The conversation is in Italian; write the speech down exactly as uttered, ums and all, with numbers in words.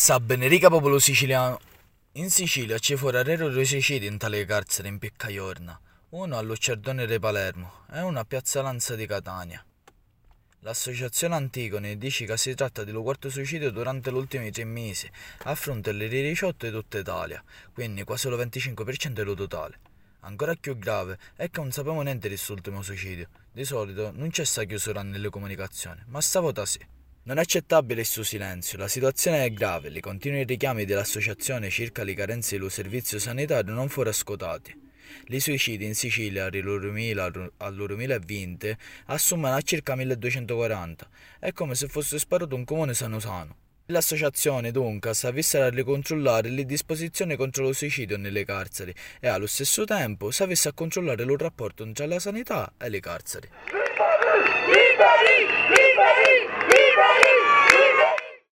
Sa benedica popolo siciliano. In Sicilia ci furono due suicidi in tale carcere in Piccaiorna, uno all'Uccerdone di Palermo e uno a Piazza Lanza di Catania. L'associazione Antigone dice che si tratta del quarto suicidio durante gli ultimi tre mesi, a fronte delle diciotto di tutta Italia, quindi quasi il venticinque per cento del totale. Ancora più grave è che non sappiamo niente di quest'ultimo suicidio. Di solito non c'è sta chiusura nelle comunicazioni, ma stavolta sì. Non è accettabile il suo silenzio, la situazione è grave, i continui richiami dell'associazione circa le carenze dello servizio sanitario non furono ascoltati. I suicidi in Sicilia al duemilaventi assumono a circa milleduecentoquaranta, è come se fosse sparato un comune sano sano. L'associazione dunque sta a ricontrollare le disposizioni contro lo suicidio nelle carceri e allo stesso tempo sta a controllare il rapporto tra la sanità e le carceri.